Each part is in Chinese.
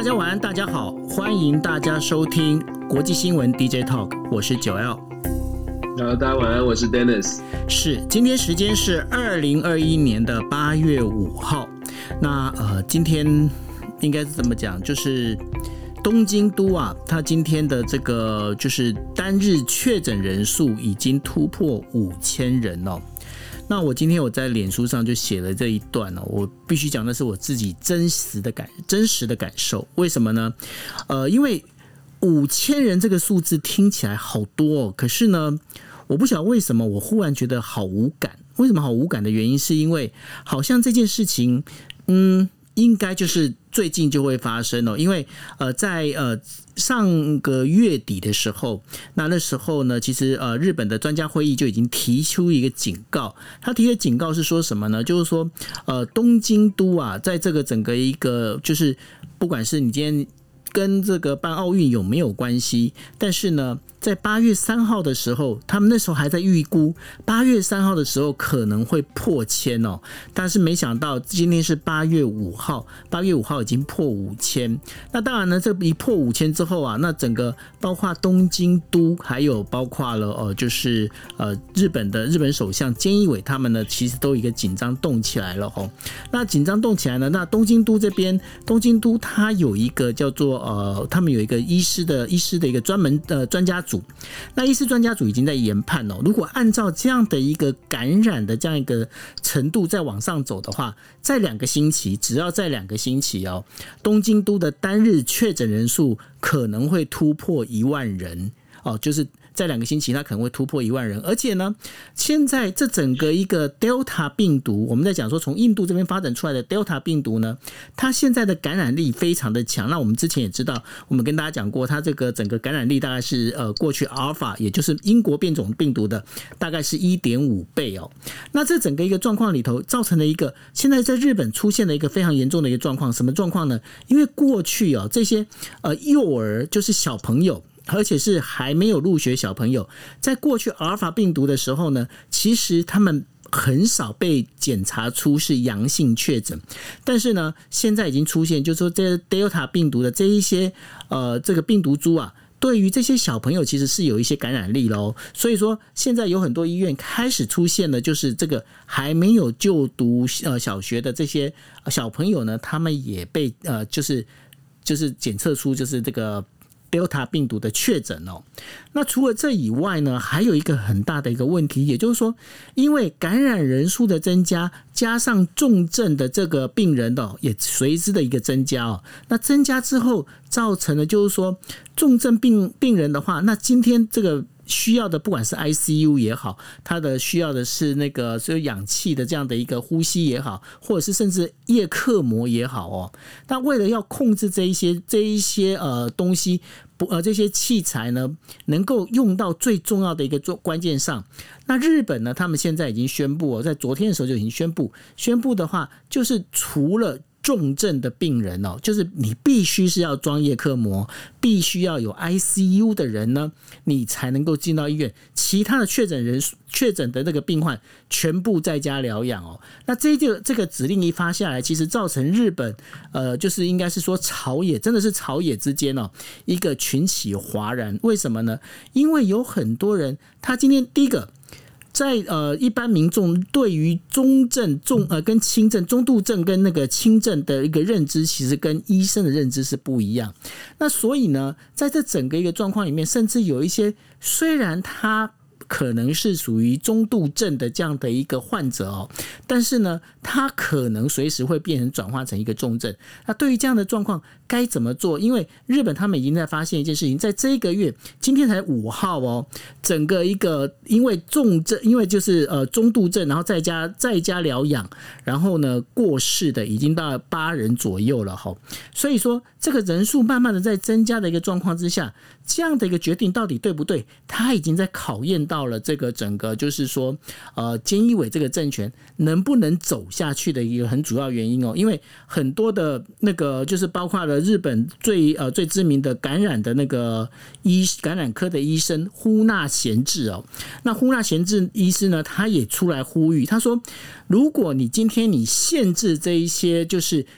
大家晚安，大家好，欢迎大家收听国际新闻 DJ Talk， 我是9L。 大家晚安，我是 Dennis。 是，今天时间是2021年的8月5号。那今天应该是怎么讲？就是东京都啊，它今天的这个就是单日确诊人数已经突破5000人哦。那我今天我在脸书上就写了这一段哦，我必须讲的是我自己真实的感受。为什么呢？因为5000人这个数字听起来好多哦，可是呢，我不晓得为什么我忽然觉得好无感。为什么好无感的原因，是因为好像这件事情，应该就是最近就会发生哦，因为在上个月底的时候，那时候呢，其实日本的专家会议就已经提出一个警告，他提的警告是说什么呢？就是说东京都啊，在这个整个一个就是不管是你今天跟这个办奥运有没有关系，但是呢，在8月3号的时候，他们那时候还在预估8月3号的时候可能会破千哦，但是没想到今天是8月5号，8月5号已经破5000。那当然呢，这一破5000之后啊，那整个包括东京都，还有包括了就是日本首相菅义伟他们呢，其实都一个紧张动起来了哦。那紧张动起来呢，那东京都这边，东京都它有一个叫做他们有一个医师的一个专门专家组，那医师专家组已经在研判哦，如果按照这样的一个感染的这样一个程度再往上走的话，在2个星期，只要在2个星期哦，东京都的单日确诊人数可能会突破1万人哦，就是在2个星期，它可能会突破1万人，而且呢，现在这整个一个 Delta 病毒，我们在讲说从印度这边发展出来的 Delta 病毒呢，它现在的感染力非常的强。那我们之前也知道，我们跟大家讲过，它这个整个感染力大概是过去 Alpha， 也就是英国变种病毒的大概是 1.5 倍哦。那这整个一个状况里头，造成了一个现在在日本出现了一个非常严重的一个状况，什么状况呢？因为过去哦这些幼儿就是小朋友，而且是还没有入学小朋友，在过去阿尔法病毒的时候呢，其实他们很少被检查出是阳性确诊，但是呢，现在已经出现，就是说这 Delta 病毒的这一些这个病毒株啊，对于这些小朋友其实是有一些感染力咯。所以说现在有很多医院开始出现了，就是这个还没有就读小学的这些小朋友呢，他们也被就是检测出就是这个Delta 病毒的确诊哦。那除了这以外呢，还有一个很大的一个问题，也就是说，因为感染人数的增加，加上重症的这个病人的也随之的一个增加哦。那增加之后，造成了就是说重症病人的话，那今天这个需要的不管是 ICU 也好，它的需要的是那个所有氧气的这样的一个呼吸也好，或者是甚至叶克膜也好哦。那为了要控制这一些东西，这些器材呢，能够用到最重要的一个关键上。那日本呢，他们现在已经宣布在昨天的时候就已经宣布的话，就是除了重症的病人哦，就是你必须是要装叶克膜，必须要有 ICU 的人呢，你才能够进到医院。其他的确诊的那个病患全部在家疗养哦。那这个指令一发下来，其实造成日本就是应该是说真的是朝野之间哦一个群起哗然。为什么呢？因为有很多人，他今天第一个，在一般民众对于中症跟轻症、中度症跟那个轻症的一个认知，其实跟医生的认知是不一样。那所以呢，在这整个一个状况里面，甚至有一些虽然他可能是属于中度症的这样的一个患者哦，但是呢，他可能随时会变成转化成一个重症。那对于这样的状况该怎么做？因为日本他们已经在发现一件事情，在这个月，今天才5号哦，整个一个因为重症，因为就是中度症，然后在家疗养，然后呢过世的已经到8人左右了哈。所以说这个人数慢慢的在增加的一个状况之下，这样的一个决定到底对不对？他已经在考验到了这个整个就是说菅义伟这个政权能不能走下去的一个很主要原因哦。因为很多的那个就是包括了日本最知名的感染的那个感染科的医生呼纳贤治哦。那呼纳贤治医师呢，他也出来呼吁，他说如果你今天你限制这一些就是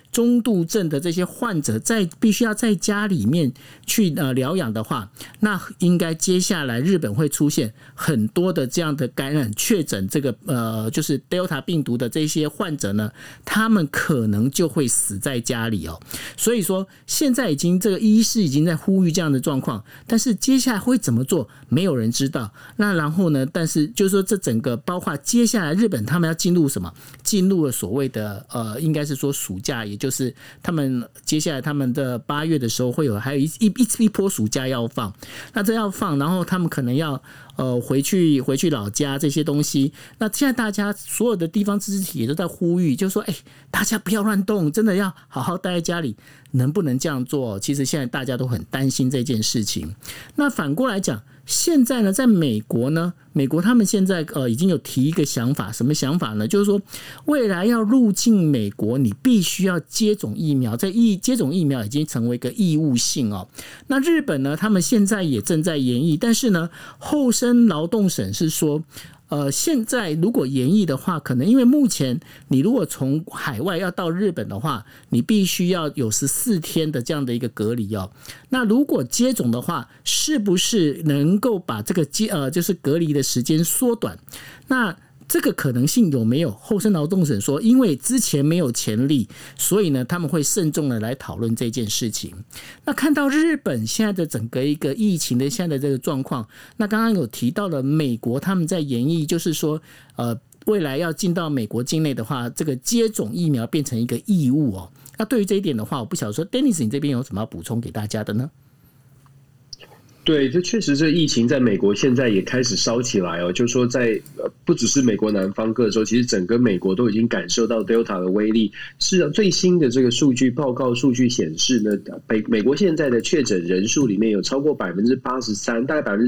中度症的这些患者必须要在家里面去疗养的话，那应该接下来日本会出现很多的这样的感染确诊这个就是 Delta 病毒的这些患者呢，他们可能就会死在家里哦。所以说现在这个医师已经在呼吁这样的状况，但是接下来会怎么做，没有人知道。那然后呢，但是就是说这整个包括接下来日本他们要进入什么，进入了所谓的应该是说暑假，也就是他们接下来他们的8月的时候还有一波暑假要放，那这要放，然后他们可能要回去老家这些东西。那现在大家所有的地方自治体也都在呼吁，就是说大家不要乱动，真的要好好待在家里。能不能这样做？其实现在大家都很担心这件事情。那反过来讲，现在呢，在美国他们现在已经有提一个想法，什么想法呢？就是说未来要入境美国，你必须要接种疫苗，接种疫苗已经成为一个义务性哦。那日本呢，他们现在也正在研议，但是呢，厚生劳动省是说。现在如果研议的话，可能因为目前你如果从海外要到日本的话，你必须要有14天的这样的一个隔离哦。那如果接种的话，是不是能够把这个就是隔离的时间缩短？那这个可能性有没有？厚生劳动省说，因为之前没有前例，所以呢，他们会慎重的来讨论这件事情。那看到日本现在的整个一个疫情的现在的这个状况，那刚刚有提到了美国他们在研议，就是说，未来要进到美国境内的话，这个接种疫苗变成一个义务哦。那对于这一点的话，我不晓得说 Dennis 你这边有什么要补充给大家的呢？ 对，这确实这疫情在美国现在也开始烧起来哦。就是说不只是美国南方各州，其实整个美国都已经感受到 Delta 的威力。是最新的这个报告数据显示呢，美国现在的确诊人数里面有超过83%，大概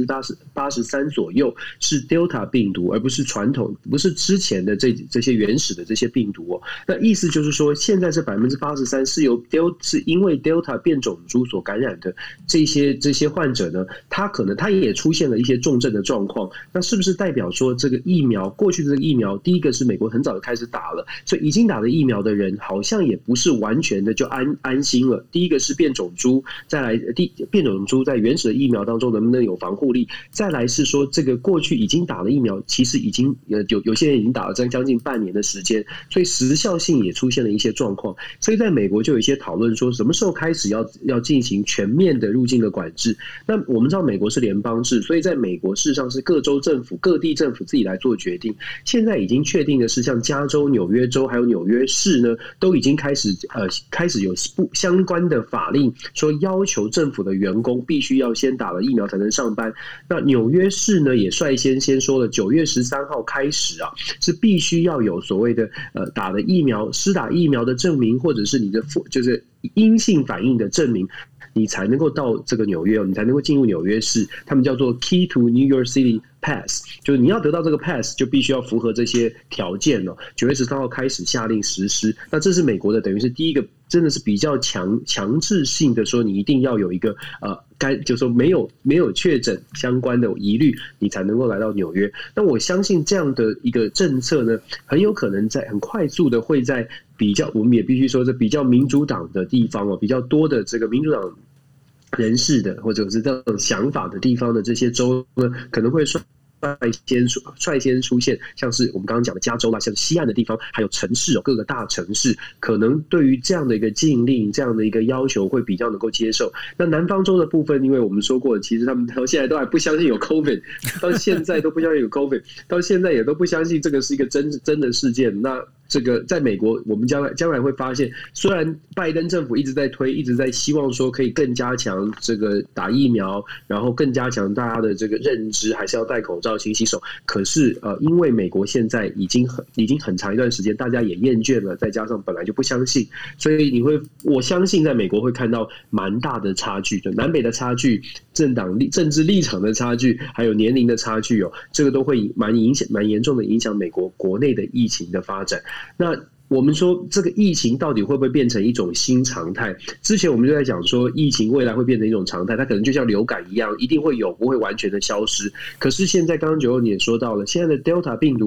83%左右是 Delta 病毒，而不是不是之前的这些原始的这些病毒哦。那意思就是说，现在这83%是因为 Delta 变种株所感染的这些患者呢。他也出现了一些重症的状况，那是不是代表说这个疫苗过去的这个疫苗，第一个是美国很早就开始打了，所以已经打了疫苗的人好像也不是完全的就安心了。第一个是变种株，再来变种株在原始的疫苗当中能不能有防护力？再来是说这个过去已经打了疫苗，其实已经有些人已经打了将近半年的时间，所以时效性也出现了一些状况。所以在美国就有一些讨论说，什么时候开始要进行全面的入境的管制？那我们知道美国是联邦制，所以在美国事实上是各州政府、各地政府自己来做决定。现在已经确定的是，像加州、纽约州还有纽约市呢，都已经开始有相关的法令，说要求政府的员工必须要先打了疫苗才能上班。那纽约市呢，也率先说了，9月13号开始是必须要有所谓的打的疫苗、施打疫苗的证明，或者是你的就是阴性反应的证明。你才能够到这个纽约，你才能够进入纽约市，他们叫做 Key to New York City Pass， 就是你要得到这个 Pass， 就必须要符合这些条件哦。9月13号开始下令实施，那这是美国的，等于是第一个真的是比较强制性的说，你一定要有一个就是说没有确诊相关的疑虑，你才能够来到纽约。那我相信这样的一个政策呢，很有可能很快速的会在我们也必须说这比较民主党的地方比较多的这个民主党人士的或者是这种想法的地方的这些州呢，可能会率先出现，像是我们刚刚讲的加州啦，像西岸的地方，还有城市各个大城市，可能对于这样的一个禁令、这样的一个要求会比较能够接受。那南方州的部分，因为我们说过，其实他们到现在都还不相信有 COVID， 到现在都不相信有 COVID， 到现在也都不相信这个是一个真的事件。那这个在美国，我们将来会发现，虽然拜登政府一直在推，一直在希望说可以更加强这个打疫苗，然后更加强大家的这个认知，还是要戴口罩、勤洗手。可是因为美国现在已经很长一段时间，大家也厌倦了，再加上本来就不相信，所以我相信在美国会看到蛮大的差距，就南北的差距、政治立场的差距，还有年龄的差距这个都会蛮严重的影响美国国内的疫情的发展。那我们说这个疫情到底会不会变成一种新常态？之前我们就在讲说，疫情未来会变成一种常态，它可能就像流感一样，一定会有，不会完全的消失。可是现在刚刚96你也说到了，现在的 Delta 病毒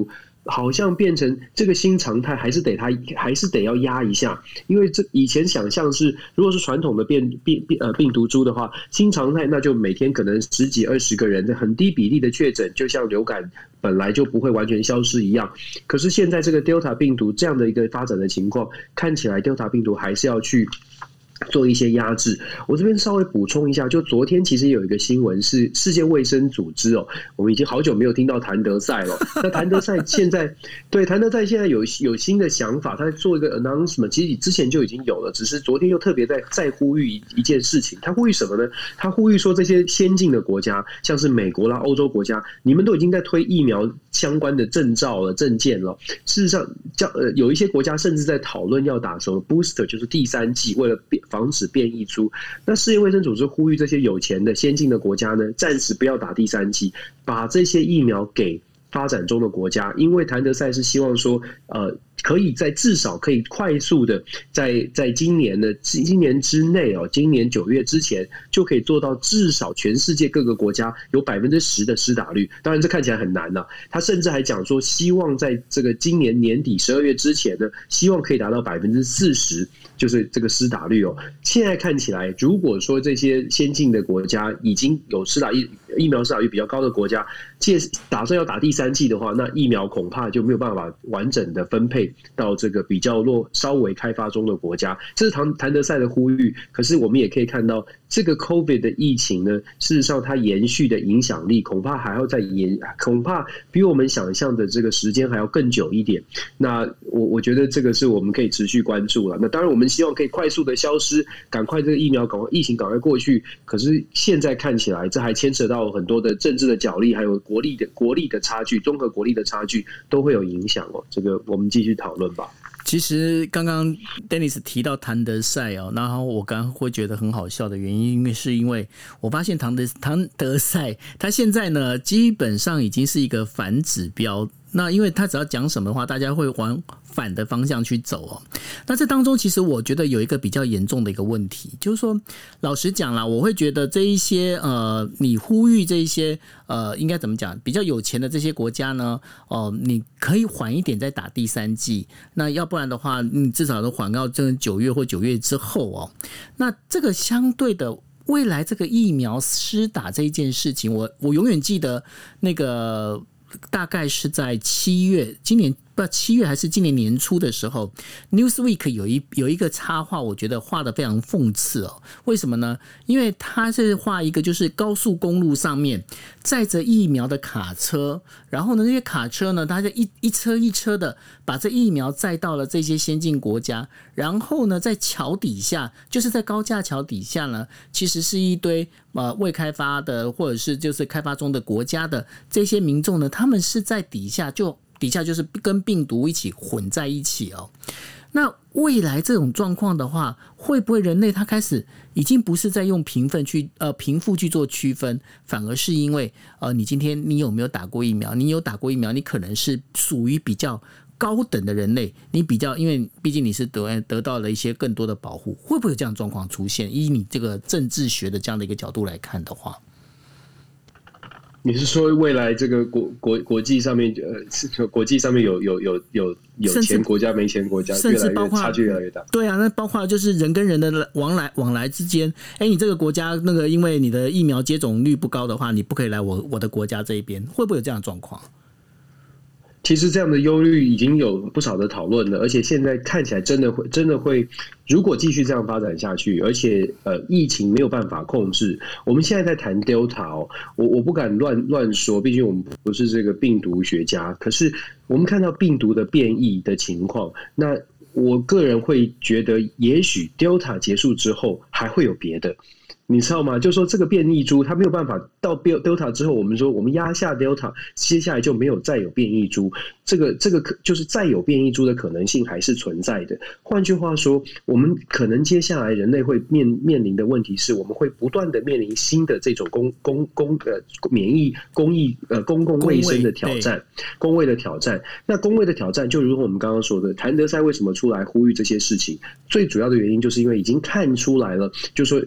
好像变成这个新常态，还是得要压一下，因为这以前想象是，如果是传统的病毒株的话，新常态那就每天可能10几20个人，很低比例的确诊，就像流感本来就不会完全消失一样。可是现在这个 Delta 病毒这样的一个发展的情况，看起来 Delta 病毒还是要去做一些压制。我这边稍微补充一下，就昨天其实有一个新闻是世界卫生组织我们已经好久没有听到谭德赛了。那谭德赛现在有新的想法，他在做一个 announcement， 其实之前就已经有了，只是昨天又特别再呼吁一件事情。他呼吁什么呢？他呼吁说这些先进的国家，像是美国啦、欧洲国家，你们都已经在推疫苗相关的证照了、证件了。事实上，有一些国家甚至在讨论要打什么 booster， 就是第3剂，为了防止变异株。那世界卫生组织呼吁这些有钱的先进的国家呢，暂时不要打第3剂，把这些疫苗给发展中的国家。因为谭德赛是希望说可以至少可以快速的在今年之内今年9月之前就可以做到至少全世界各个国家有10%的施打率。当然这看起来很难他甚至还讲说希望在这个今年年底12月之前呢，希望可以达到40%，就是这个施打率现在看起来，如果说这些先进的国家已经有疫苗施打率比较高的国家打算要打第3剂的话，那疫苗恐怕就没有办法完整的分配到这个比较稍微开发中的国家。这是谭德赛的呼吁。可是我们也可以看到，这个 COVID 的疫情呢，事实上它延续的影响力恐怕还要恐怕比我们想象的这个时间还要更久一点。那我觉得这个是我们可以持续关注了。那当然我们希望可以快速的消失，赶快这个疫情赶快过去。可是现在看起来，这还牵扯到很多的政治的角力，还有国力的差距，综合国力的差距都会有影响这个我们继续讨论吧。 其实刚刚 Dennis 提到谭德赛然后我刚刚会觉得很好笑的原因，是因为我发现谭德赛他现在呢基本上已经是一个反指标。那因为他只要讲什么的话，大家会往反的方向去走那这当中其实我觉得有一个比较严重的一个问题，就是说老实讲啦，我会觉得这一些你呼吁这一些应该怎么讲，比较有钱的这些国家呢你可以缓一点再打第3剂，那要不然的话你至少都缓到9月或9月之后那这个相对的未来这个疫苗施打这一件事情，我永远记得那个大概是在7月还是今年年初的时候 Newsweek 有一个插画，我觉得画得非常讽刺为什么呢？因为他是画一个就是高速公路上面载着疫苗的卡车，然后呢那些卡车呢，它就一车一车的把这疫苗载到了这些先进国家，然后呢在桥底下，就是在高架桥底下呢，其实是一堆未开发的或者是就是开发中的国家的这些民众呢，他们是在底下就是跟病毒一起混在一起那未来这种状况的话，会不会人类他开始已经不是在用贫富去做区分，反而是因为你今天你有没有打过疫苗？你有打过疫苗，你可能是属于比较高等的人类，你比较因为毕竟你是得到了一些更多的保护，会不会有这样的状况出现？以你这个政治学的这样的一个角度来看的话。 你是说未来这个国际上面国际上面有钱国家没钱国家， 甚至包括差距越来越大。 对啊，那包括就是人跟人的往来之间，你这个国家那个因为你的疫苗接种率不高的话，你不可以来我的国家这一边，会不会有这样的状况？ 其实这样的忧虑已经有不少的讨论了，而且现在看起来真的会，如果继续这样发展下去，而且疫情没有办法控制，我们现在在谈 Delta 我不敢乱说，毕竟我们不是这个病毒学家。可是我们看到病毒的变异的情况，那我个人会觉得，也许 Delta 结束之后还会有别的。你知道吗？就说这个变异株它没有办法到 Delta 之后，我们说我们压下 Delta， 接下来就没有再有变异株，这个就是再有变异株的可能性还是存在的。换句话说，我们可能接下来人类会面临的问题是，我们会不断的面临新的这种免疫公共卫生的挑战，公卫的挑战。那公卫的挑战，就如同我们刚刚说的，谭德赛为什么出来呼吁这些事情？最主要的原因就是因为已经看出来了，就是说发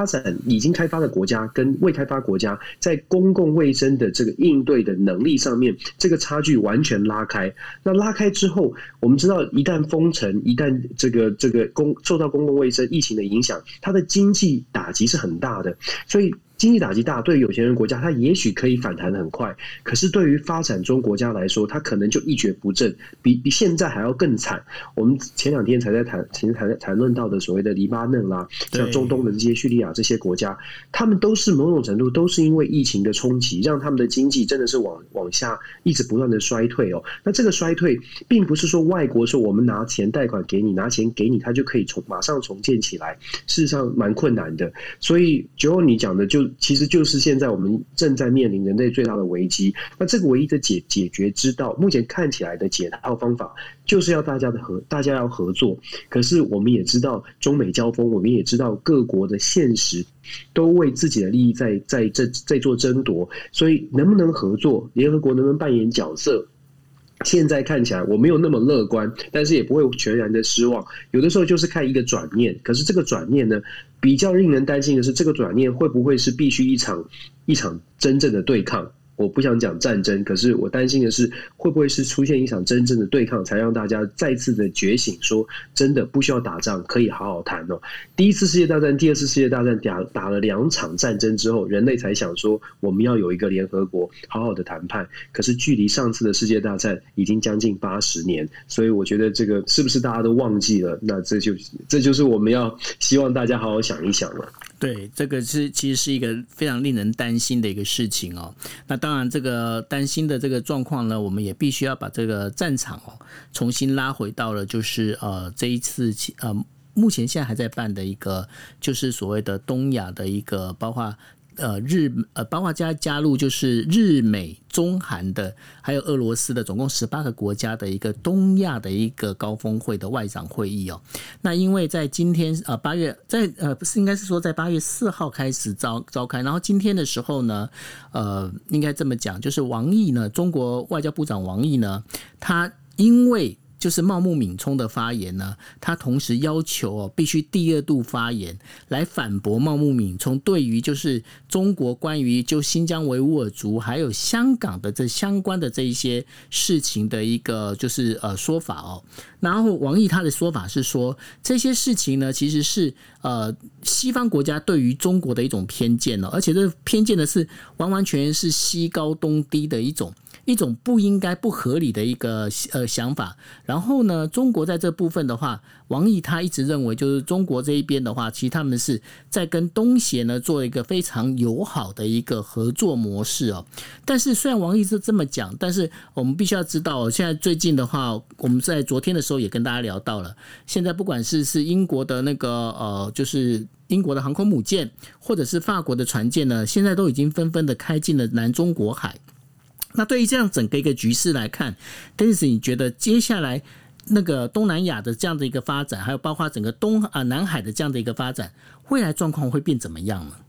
已经开发的国家跟未开发国家在公共卫生的这个应对的能力上面，这个差距完全拉开。那拉开之后，我们知道一旦封城，一旦这个受到公共卫生疫情的影响，它的经济打击是很大的，所以经济打击大，对于有钱人国家，它也许可以反弹很快，可是对于发展中国家来说，它可能就一蹶不振，比现在还要更惨。我们前2天才在谈论到的所谓的黎巴嫩啦，像中东的这些叙利亚这些国家，他们都是某种程度都是因为疫情的冲击，让他们的经济真的是往下一直不断的衰退哦。那这个衰退并不是说外国说我们拿钱贷款给你，拿钱给你，它就可以马上重建起来，事实上蛮困难的。所以Joe你讲的其实就是现在我们正在面临人类最大的危机。那这个唯一的解决之道，目前看起来的解套方法，就是要大家要合作。可是我们也知道中美交锋，我们也知道各国的现实都为自己的利益在做争夺，所以能不能合作，联合国能不能扮演角色，现在看起来我没有那么乐观，但是也不会全然的失望。有的时候就是看一个转念，可是这个转念呢，比较令人担心的是，这个转念会不会是必须一场真正的对抗？我不想讲战争，可是我担心的是，会不会是出现一场真正的对抗，才让大家再次的觉醒，说真的不需要打仗，可以好好谈哦。第一次世界大战、第二次世界大战打了2场战争之后，人类才想说我们要有一个联合国，好好的谈判。可是距离上次的世界大战已经将近80年，所以我觉得这个是不是大家都忘记了？那这就是我们要希望大家好好想一想了。 对，这个其实是一个非常令人担心的一个事情哦。那当然，这个担心的这个状况呢，我们也必须要把这个战场重新拉回到了就是这一次目前现在还在办的一个就是所谓的东亚的一个包括包括加入就是日美中韩的，还有俄罗斯的，总共18个国家的一个东亚的一个高峰会的外长会议哦。那因为在今天8月不是应该是说在8月4号开始召开，然后今天的时候呢，应该这么讲，就是王毅呢，中国外交部长王毅呢，他因为就是茂木敏充的发言呢，他同时要求必须第2度发言来反驳茂木敏充对于就是中国关于就新疆维吾尔族还有香港的这相关的这一些事情的一个就是说法哦。然后王毅他的说法是说，这些事情呢其实是西方国家对于中国的一种偏见哦，而且这偏见的是完完全全是西高东低的一种不应该不合理的一个想法。然后呢，中国在这部分的话，王毅他一直认为就是中国这一边的话，其实他们是在跟东协呢做一个非常友好的一个合作模式哦。但是虽然王毅是这么讲，但是我们必须要知道，现在最近的话，我们在昨天的时候也跟大家聊到了，现在不管是英国的那个就是英国的航空母舰，或者是法国的船舰呢，现在都已经纷纷的开进了南中国海。那对于这样整个一个局势来看 Dennis 你觉得接下来那个东南亚的这样的一个发展，还有包括整个南海的这样的一个发展，未来状况会变怎么样呢？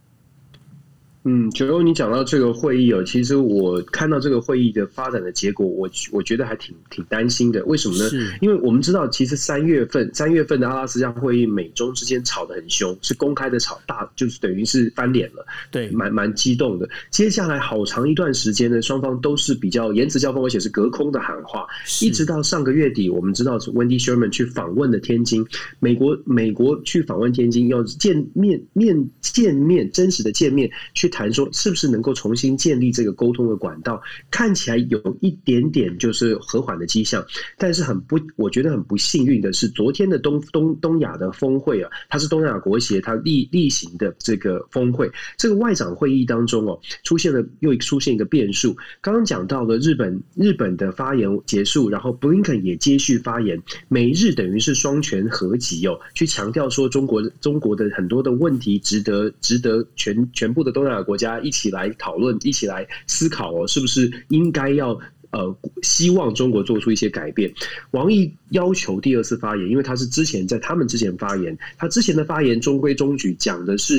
九欧，你讲到这个会议其实我看到这个会议的发展的结果，我觉得还挺担心的。为什么呢？因为我们知道，其实3月份的阿拉斯加会议，美中之间吵得很凶，是公开的吵，就是等于是翻脸了， 对， 蛮激动的。接下来好长一段时间呢，双方都是比较言辞交锋，而且是隔空的喊话，一直到上个月底，我们知道 Wendy Sherman 去访问的天津，美国去访问天津，要见面，真实的见面去谈说是不是能够重新建立这个沟通的管道，看起来有一点点就是和缓的迹象，但是我觉得很不幸运的是，昨天的东亚的峰会它是东亚国协它例行的这个峰会，这个外长会议当中又出现一个变数。刚刚讲到了日本的发言结束，然后 Blinken 也接续发言，美日等于是双拳合击去强调说中国的很多的问题值得全部的东南亚国家一起来讨论，一起来思考是不是应该要希望中国做出一些改变。王毅要求第2次发言，因为他是他们之前发言，他之前的发言中规中矩，讲的是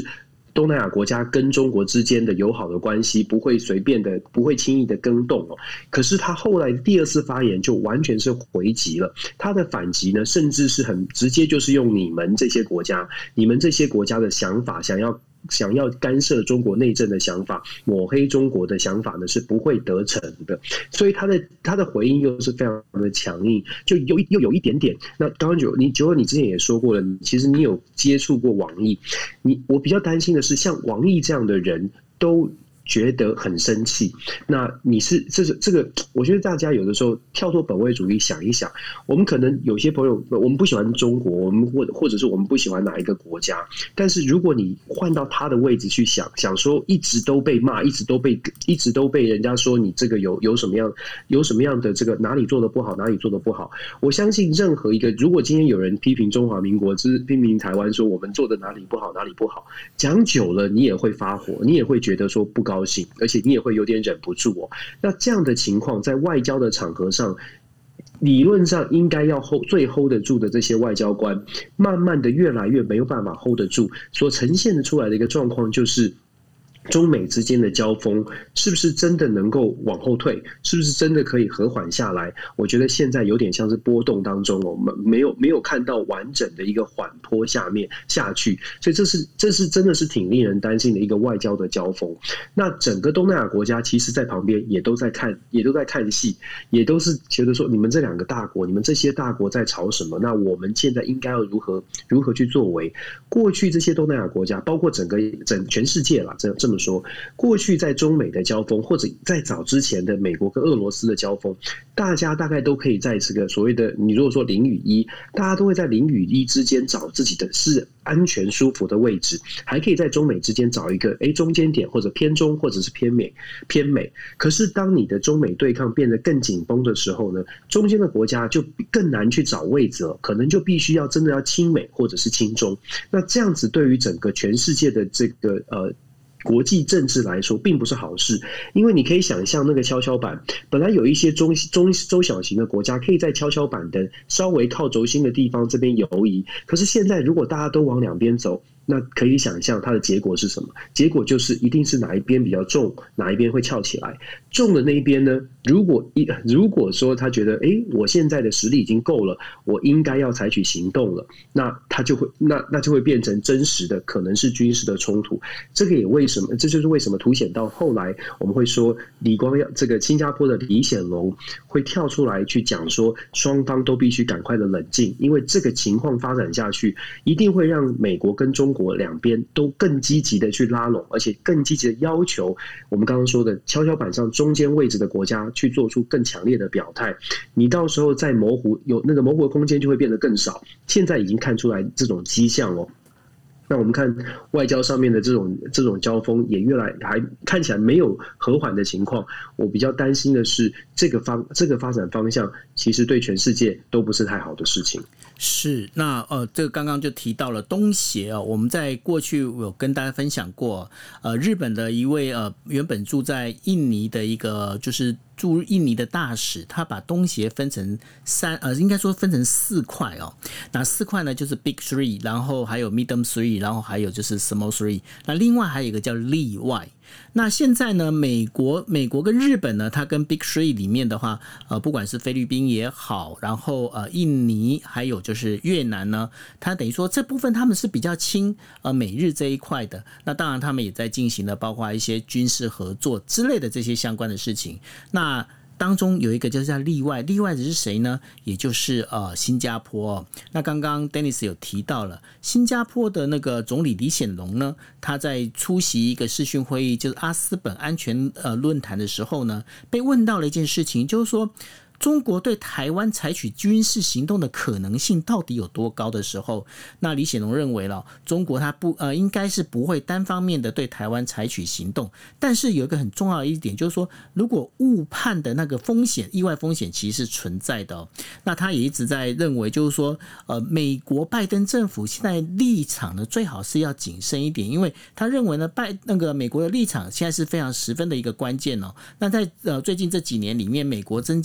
东南亚国家跟中国之间的友好的关系不会随便的、不会轻易的更动哦。可是他后来第二次发言就完全是回击了，他的反击呢，甚至是很直接，就是用你们这些国家的想法，想要干涉中国内政的想法，抹黑中国的想法呢，是不会得逞的。所以他的回应又是非常的强硬，就又有一点点。那刚刚你之前也说过了，其实你有接触过网易，我比较担心的是，像网易这样的人都觉得很生气。那你是这个，我觉得大家有的时候跳脱本位主义想一想，我们可能有些朋友我们不喜欢中国，我们或者是我们不喜欢哪一个国家，但是如果你换到他的位置去想说，一直都被骂，一直都被人家说你这个有什么样的这个哪里做的不好，哪里做的不好，我相信任何一个，如果今天有人批评中华民国，批评台湾说我们做的哪里不好，讲久了你也会发火，你也会觉得说不高兴，而且你也会有点忍不住哦。那这样的情况在外交的场合上，理论上应该要最 hold 得住的这些外交官，慢慢的越来越没有办法 hold 得住，所呈现的出来的一个状况就是，中美之间的交锋是不是真的能够往后退？是不是真的可以和缓下来？我觉得现在有点像是波动当中，我们没有看到完整的一个缓坡下去，所以这是真的是挺令人担心的一个外交的交锋。那整个东南亚国家其实在旁边也都在看戏，也都是觉得说，你们这两个大国，你们这些大国在吵什么？那我们现在应该要如何去作为？过去这些东南亚国家，包括全世界啦，这么说，过去在中美的交锋，或者在早之前的美国跟俄罗斯的交锋，大家大概都可以在这个所谓的，你如果说0与1，大家都会在0与1之间找自己的是安全舒服的位置，还可以在中美之间找一个中间点，或者偏中，或者是偏美。可是当你的中美对抗变得更紧绷的时候呢，中间的国家就更难去找位置了，可能就必须要真的要亲美或者是亲中。那这样子对于整个全世界的这个国际政治来说并不是好事，因为你可以想象那个跷跷板，本来有一些中小型的国家可以在跷跷板的稍微靠轴心的地方这边游移，可是现在如果大家都往两边走，那可以想象它的结果是什么？结果就是一定是哪一边比较重，哪一边会翘起来。重的那一边呢，如果说他觉得我现在的实力已经够了，我应该要采取行动了，那他就会那就会变成真实的可能是军事的冲突。这就是为什么凸显到后来我们会说这个新加坡的李显龙会跳出来去讲说，双方都必须赶快的冷静，因为这个情况发展下去，一定会让美国跟中国两边都更积极的去拉拢，而且更积极的要求我们刚刚说的跷跷板上中间位置的国家去做出更强烈的表态。你到时候再模糊，有那个模糊的空间就会变得更少。现在已经看出来这种迹象哦。那我们看外交上面的这种交锋也还看起来没有和缓的情况。我比较担心的是这个发展方向其实对全世界都不是太好的事情。 是，那这个刚刚就提到了东协我们在过去有跟大家分享过，日本的一位原本住在印尼的一个就是驻印尼的大使，他把东协分成应该说分成4块哦。那4块呢，就是 Big Three， 然后还有 Medium Three， 然后还有就是 Small Three。那另外还有一个叫例外。那现在呢，美国跟日本呢，它跟 Big Three 里面的话，不管是菲律宾也好，然后印尼还有就是越南呢，它等于说这部分他们是比较亲美日这一块的。那当然他们也在进行了包括一些军事合作之类的这些相关的事情。那当中有一个就是叫例外的是谁呢？也就是新加坡那刚刚 Dennis 有提到了，新加坡的那个总理李显龙呢，他在出席一个视讯会议，就是阿斯本安全论坛的时候呢，被问到了一件事情，就是说中国对台湾采取军事行动的可能性到底有多高的时候，那李显龙认为了中国它应该是不会单方面的对台湾采取行动，但是有一个很重要的一点就是说，如果误判的那个风险，意外风险其实是存在的那他也一直在认为就是说美国拜登政府现在立场呢最好是要谨慎一点，因为他认为呢那个美国的立场现在是非常十分的一个关键那在最近这几年里面，美国增加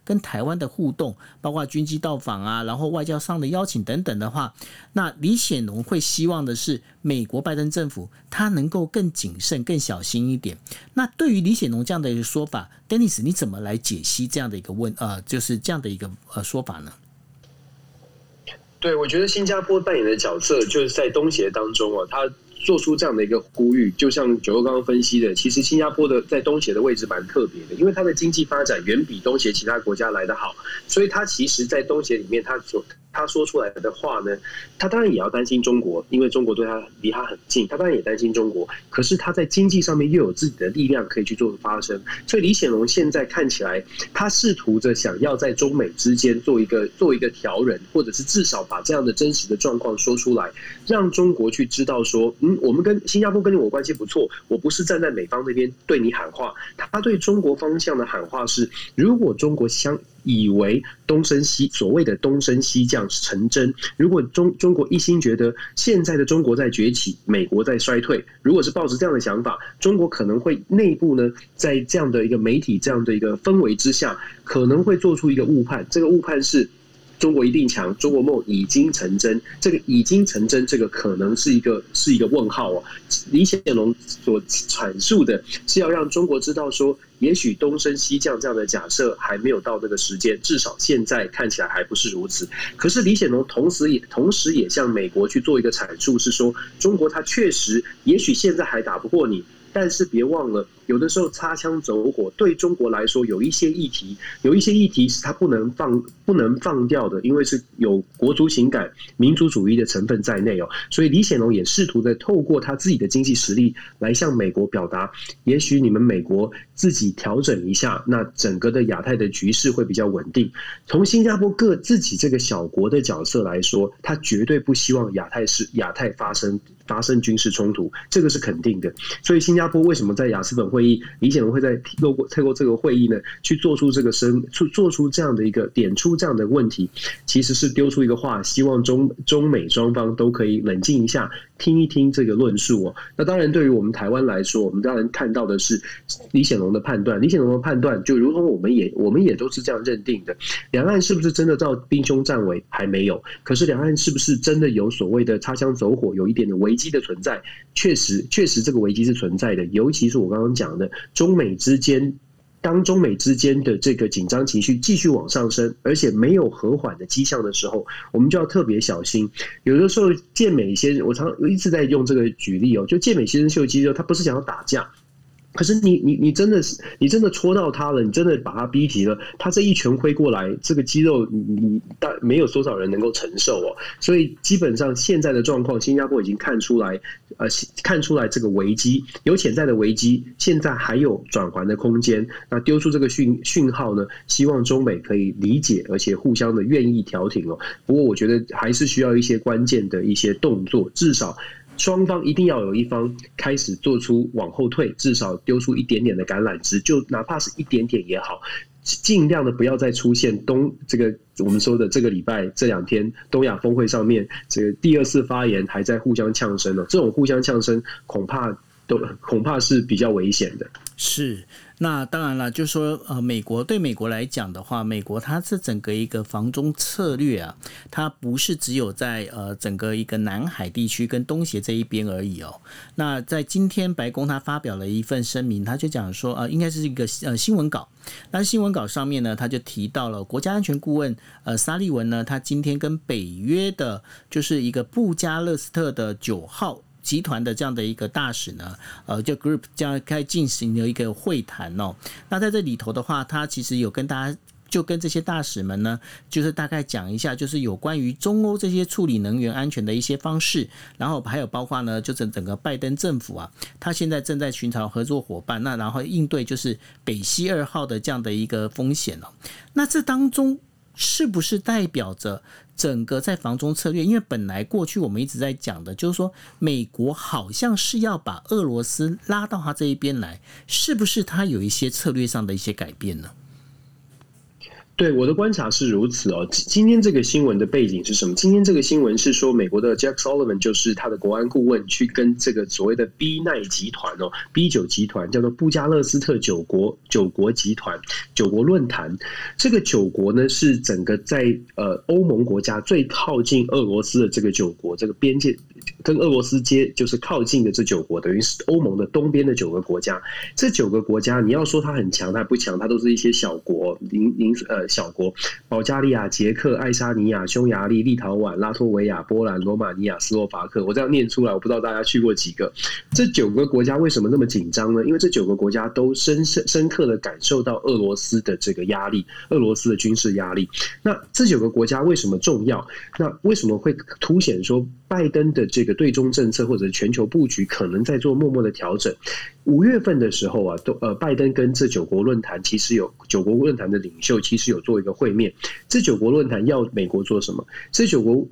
跟台湾的互动，包括军机到访啊，然后外交上的邀请等等的话，那李显龙会希望的是美国拜登政府他能够更谨慎、更小心一点。那对于李显龙这样的一个说法 ，Dennis 你怎么来解析这样的一个就是这样的一个说法呢？ 对，我觉得新加坡扮演的角色就是在东协当中啊，他做出这样的一个呼吁，就像九欧刚刚分析的，其实新加坡的在东协的位置蛮特别的，因为它的经济发展远比东协其他国家来得好，所以它其实在东协里面，他说出来的话呢，他当然也要担心中国，因为中国离他很近，他当然也担心中国。可是他在经济上面又有自己的力量可以去做发声，所以李显龙现在看起来，他试图着想要在中美之间做一个调人，或者是至少把这样的真实的状况说出来，让中国去知道说，我们跟新加坡跟我关系不错，我不是站在美方那边对你喊话，他对中国方向的喊话是，如果中国以为所谓的东升西降成真，如果中国一心觉得现在的中国在崛起，美国在衰退，如果是抱着这样的想法，中国可能会内部呢，在这样的一个媒体这样的一个氛围之下，可能会做出一个误判，这个误判是中国一定强，中国梦已经成真。这个已经成真，这个可能是一个问号哦。李显龙所阐述的是要让中国知道说，也许东升西降这样的假设还没有到那个时间，至少现在看起来还不是如此。可是李显龙同时也向美国去做一个阐述，是说中国它确实也许现在还打不过你，但是别忘了，有的时候擦枪走火对中国来说有一些议题是它不能放掉的，因为是有国族情感、民族主义的成分在内哦。所以李显龙也试图的透过他自己的经济实力来向美国表达，也许你们美国自己调整一下，那整个的亚太的局势会比较稳定。从新加坡自己这个小国的角色来说，他绝对不希望亚太发生军事冲突，这个是肯定的。所以新加坡为什么在亚斯本会议，李显龙会透过这个会议呢，去做出做出这样的一个点出这样的问题，其实是丢出一个话，希望中美双方都可以冷静一下，听一听这个论述哦。那当然，对于我们台湾来说，我们当然看到的是李显龙的判断。李显龙的判断就如同我们也都是这样认定的。两岸是不是真的到兵凶战危还没有？可是两岸是不是真的有所谓的擦枪走火，有一点的危机的存在？确实这个危机是存在的，尤其是我刚刚讲的当中美之间的这个紧张情绪继续往上升，而且没有和缓的迹象的时候，我们就要特别小心。有的时候健美先生，我一直在用这个举例哦，就健美先生秀肌肉，他不是想要打架。可是你真的戳到他了，你真的把他逼急了，他这一拳挥过来，这个肌肉没有多少人能够承受哦。所以基本上现在的状况，新加坡已经看出来这个危机，有潜在的危机，现在还有转圜的空间。那丢出这个讯号呢，希望中美可以理解，而且互相的愿意调停哦。不过我觉得还是需要一些关键的一些动作，至少双方一定要有一方开始做出往后退，至少丢出一点点的橄榄枝，就哪怕是一点点也好，尽量的不要再出现这个我们说的这个礼拜这2天东亚峰会上面这个第2次发言还在互相呛声了，这种互相呛声恐怕是比较危险的。 是，那当然了，就是说对美国来讲的话，美国它是整个一个防中策略啊，它不是只有在整个一个南海地区跟东协这一边而已哦。那在今天白宫它发表了一份声明，它就讲说应该是一个新闻稿。那新闻稿上面呢，他就提到了国家安全顾问沙利文呢，他今天跟北约的就是一个布加勒斯特的9号集团的这样的一个大使呢，就 group 这样开进行了一个会谈哦。那在这里头的话，他其实有跟大家就跟这些大使们呢，就是大概讲一下，就是有关于中欧这些处理能源安全的一些方式，然后还有包括呢，就是整个拜登政府啊，他现在正在寻找合作伙伴，那然后应对就是北溪2号的这样的一个风险哦。那这当中是不是代表着整个在防中策略？因为本来过去我们一直在讲的，就是说美国好像是要把俄罗斯拉到他这一边来，是不是他有一些策略上的一些改变呢？ 对，我的观察是如此哦。今天这个新闻的背景是什么？今天这个新闻是说，美国的 Jack Sullivan 就是他的国安顾问，去跟这个所谓的 B9 集团哦 ，B9 集团叫做布加勒斯特九国集团九国论坛。这个九国呢是整个在欧盟国家最靠近俄罗斯的这个九国，这个边界跟俄罗斯就是靠近的这九国，等于是欧盟的东边的9个国家。这9个国家，你要说它很强，它不强，它都是一些小国，小国，保加利亚、捷克、爱沙尼亚、匈牙利、立陶宛、拉脱维亚、波兰、罗马尼亚、斯洛伐克。我这样念出来，我不知道大家去过几个。这9个国家为什么那么紧张呢？因为这9个国家都深刻的感受到俄罗斯的这个压力，俄罗斯的军事压力。那这9个国家为什么重要？那为什么会凸显说拜登的这个对中政策或者全球布局可能在做默默的调整？5月份的时候啊，拜登跟这9国论坛其实有9国论坛的领袖其实有做一个会面。这9国论坛要美国做什么？这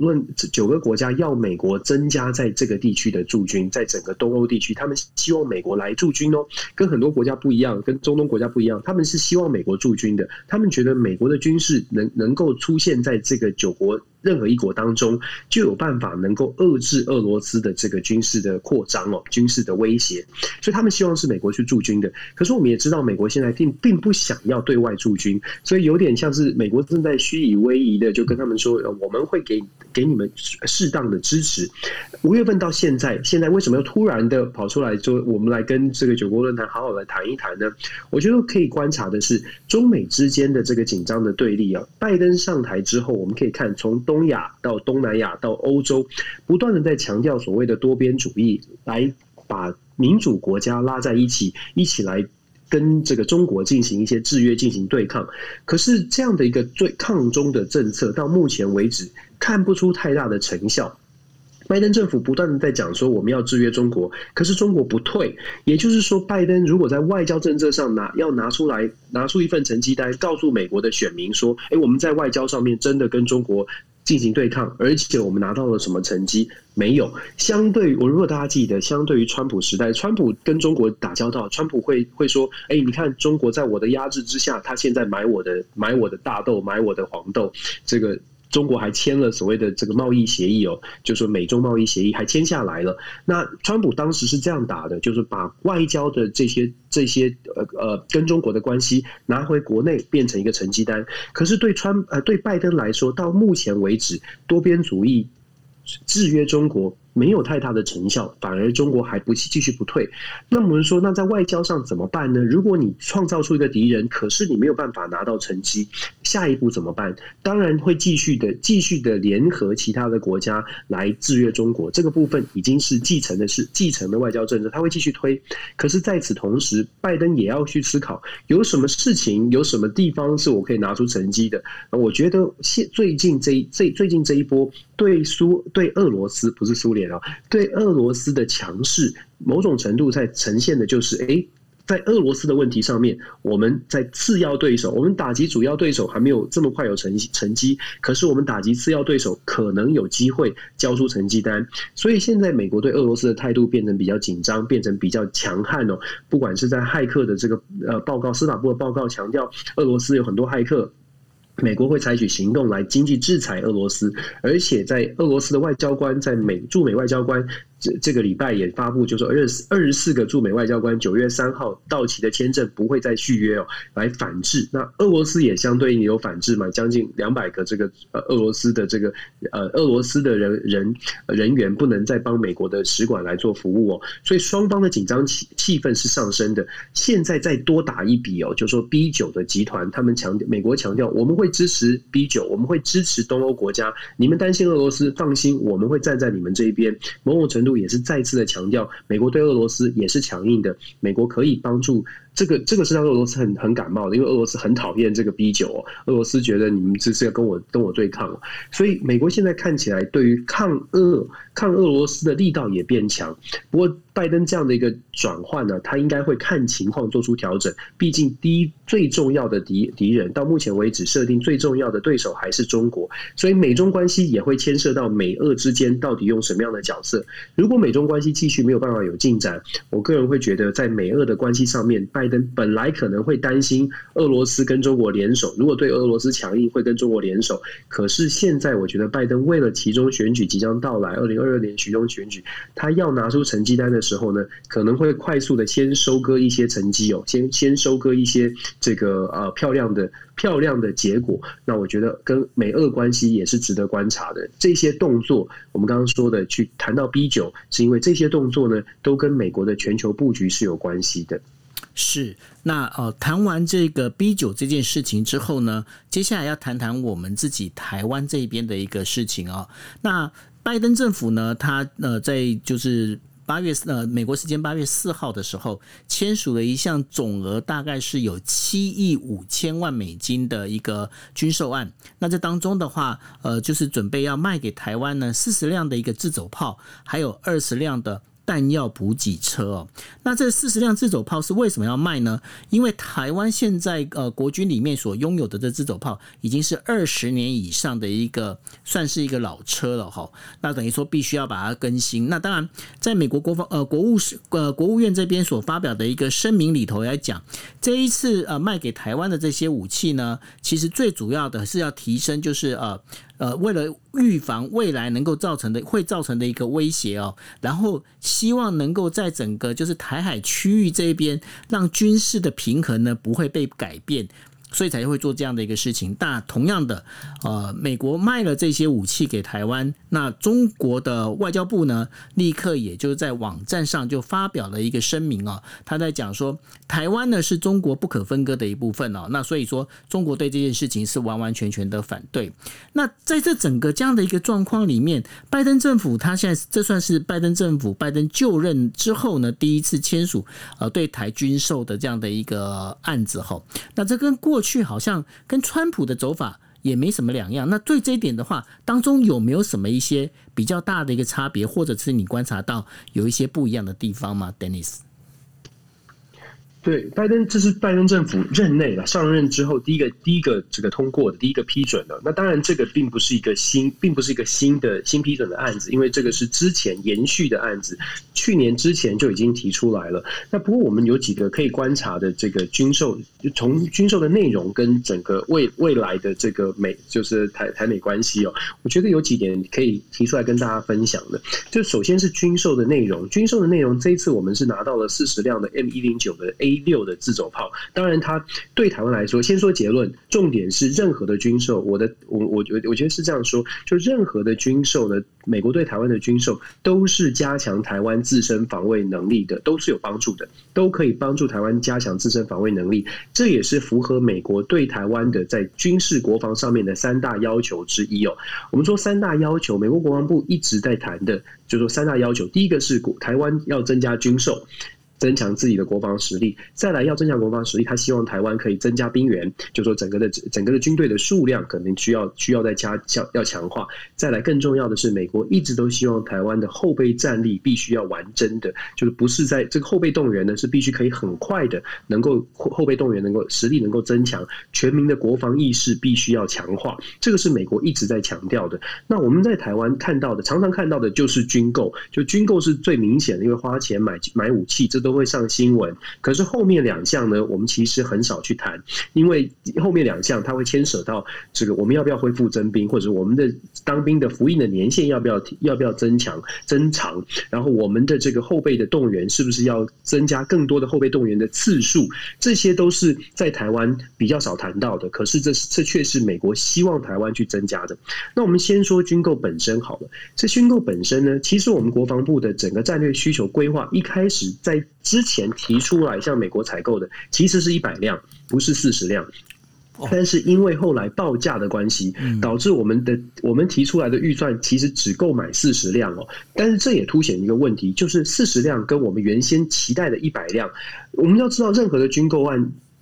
9个国家要美国增加在这个地区的驻军，在整个东欧地区，他们希望美国来驻军哦，跟很多国家不一样，跟中东国家不一样，他们是希望美国驻军的。他们觉得美国的军事能够出现在这个9国任何一国当中，就有办法能够遏制俄罗斯的这个军事的扩张哦，军事的威胁，所以他们希望是美国去驻军的。可是我们也知道，美国现在并不想要对外驻军，所以有点像是美国正在虚以威仪的，就跟他们说，我们会给你们适当的支持。5月份到现在为什么又突然的跑出来说，我们来跟这个9国论坛好好来谈一谈呢？我觉得可以观察的是，中美之间的这个紧张的对立啊。拜登上台之后，我们可以看从东亚到东南亚到欧洲，不断的在强调所谓的多边主义，来把民主国家拉在一起来跟这个中国进行一些制约，进行对抗。可是这样的一个最抗中的政策，到目前为止看不出太大的成效。拜登政府不断的在讲说我们要制约中国，可是中国不退，也就是说，拜登如果在外交政策上要拿出一份成绩单，告诉美国的选民说，我们在外交上面真的跟中国进行对抗，而且我们拿到了什么成绩？没有。如果大家记得，相对于川普时代，川普跟中国打交道，川普会说，你看中国在我的压制之下，他现在买我的大豆，买我的黄豆，这个。中国还签了所谓的这个贸易协议哦，就是说美中贸易协议还签下来了。那川普当时是这样打的，就是把外交的这些跟中国的关系拿回国内变成一个成绩单。可是对拜登来说，到目前为止，多边主义制约中国没有太大的成效，反而中国还继续不退。那我们说，那在外交上怎么办呢？如果你创造出一个敌人，可是你没有办法拿到成绩，下一步怎么办？当然会继续的联合其他的国家来制约中国。这个部分已经是继承的外交政策，他会继续推。可是在此同时，拜登也要去思考，有什么事情，有什么地方是我可以拿出成绩的。我觉得最近这一波对俄罗斯，不是苏联啊，对俄罗斯的强势，某种程度在呈现的就是，在俄罗斯的问题上面，我们在次要对手，我们打击主要对手还没有这么快有成绩，可是我们打击次要对手可能有机会交出成绩单。所以现在美国对俄罗斯的态度变成比较紧张，变成比较强悍哦。不管是在骇客的这个报告，司法部的报告强调，俄罗斯有很多骇客。美国会采取行动来经济制裁俄罗斯，而且在俄罗斯的外交官，在驻美外交官这个礼拜也发布，就是24个驻美外交官9月3号到期的签证不会再续约哦，来反制。那俄罗斯也相对应有反制嘛，将近200个这个俄罗斯的人员不能再帮美国的使馆来做服务哦，所以双方的紧张气氛是上升的。现在再多打一笔哦，就是说 B9 的集团，美国强调我们会支持 B9， 我们会支持东欧国家，你们担心俄罗斯，放心，我们会站在你们这一边。某种程度也是再次的强调，美国对俄罗斯也是强硬的，美国可以帮助。这个是让俄罗斯很感冒的，因为俄罗斯很讨厌这个 B9哦，俄罗斯觉得你们这是要跟我对抗哦，所以美国现在看起来对于抗俄罗斯的力道也变强。不过拜登这样的一个转换呢，他应该会看情况做出调整，毕竟最重要的敌人到目前为止设定最重要的对手还是中国，所以美中关系也会牵涉到美俄之间到底用什么样的角色。如果美中关系继续没有办法有进展，我个人会觉得在美俄的关系上面，拜拜登本来可能会担心俄罗斯跟中国联手，如果对俄罗斯强硬会跟中国联手，可是现在我觉得拜登为了期中选举即将到来2022年期中选举，他要拿出成绩单的时候呢，可能会快速的先收割一些成绩先收割一些这个漂亮的结果。那我觉得跟美俄关系也是值得观察的。这些动作，我们刚刚说的去谈到 B9， 是因为这些动作呢，都跟美国的全球布局是有关系的。 是，那谈完这个 B9 这件事情之后呢，接下来要谈谈我们自己台湾这边的一个事情哦。那拜登政府呢，他在就是美国时间8月4号的时候，签署了一项总额大概是有7亿5千万美金的一个军售案。那这当中的话，就是准备要卖给台湾呢40辆的一个自走炮，还有20辆的弹药补给车哦。那这40辆自走炮是为什么要卖呢？因为台湾现在国军里面所拥有的这自走炮已经是20年以上的一个算是一个老车了哈。那等于说必须要把它更新。那当然，在美国国务院这边所发表的一个声明里头来讲，这一次卖给台湾的这些武器呢，其实最主要的是要提升就是为了预防未来会造成的一个威胁哦，然后希望能够在整个就是台海区域这边，让军事的平衡呢不会被改变。所以才会做这样的一个事情。那同样的，美国卖了这些武器给台湾，那中国的外交部呢，立刻也就在网站上就发表了一个声明哦，他在讲说，台湾呢是中国不可分割的一部分哦，那所以说中国对这件事情是完完全全的反对。那在这整个这样的一个状况里面，拜登政府他现在这算是拜登政府拜登就任之后呢第一次签署对台军售的这样的一个案子吼。那这跟过去好像跟川普的走法也没什么两样。那对这一点的话，当中有没有什么一些比较大的一个差别，或者是你观察到有一些不一样的地方吗 ，Dennis？ 对，这是拜登政府任内了，上任之后第一个这个通过的，第一个批准的。那当然，这个并不是一个新批准的案子，因为这个是之前延续的案子，去年之前就已经提出来了。那不过我们有几个可以观察的这个军售，从军售的内容跟整个未来的这个就是台美关系哦，我觉得有几点可以提出来跟大家分享的。就首先是军售的内容，这一次我们是拿到了40辆的 M109的 A6的自走炮。当然它对台湾来说，先说结论，重点是任何的军售，我觉得是这样说，就任何的军售呢，美国对台湾的军售都是加强台湾自身防卫能力的，都是有帮助的，都可以帮助台湾加强自身防卫能力。这也是符合美国对台湾的在军事国防上面的3大要求之一哦。我们说3大要求，美国国防部一直在谈的，就是说3大要求。第一个是台湾要增加军售，增强自己的国防实力，再来要增强国防实力，他希望台湾可以增加兵员，就说整个的军队的数量可能需要再要强化。再来更重要的是，美国一直都希望台湾的后备战力必须要完整的，就是不是在这个后备动员呢，是必须可以很快的能够后备动员能够实力能够增强，全民的国防意识必须要强化，这个是美国一直在强调的。那我们在台湾常常看到的就是军购，就军购是最明显的，因为花钱买武器，这都会上新闻。可是后面2项呢，我们其实很少去谈，因为后面2项它会牵扯到这个我们要不要恢复征兵，或者我们的当兵的服役的年限要不要增长，然后我们的这个后备的动员是不是要增加更多的后备动员的次数，这些都是在台湾比较少谈到的。可是这却是美国希望台湾去增加的。那我们先说军购本身好了。这军购本身呢，其实我们国防部的整个战略需求规划一开始在之前提出来向美国采购的其实是100辆，不是40辆。但是因为后来报价的关系，导致我们提出来的预算其实只购买40辆哦。但是这也凸显一个问题，就是40辆跟我们原先期待的100辆，我们要知道任何的军购案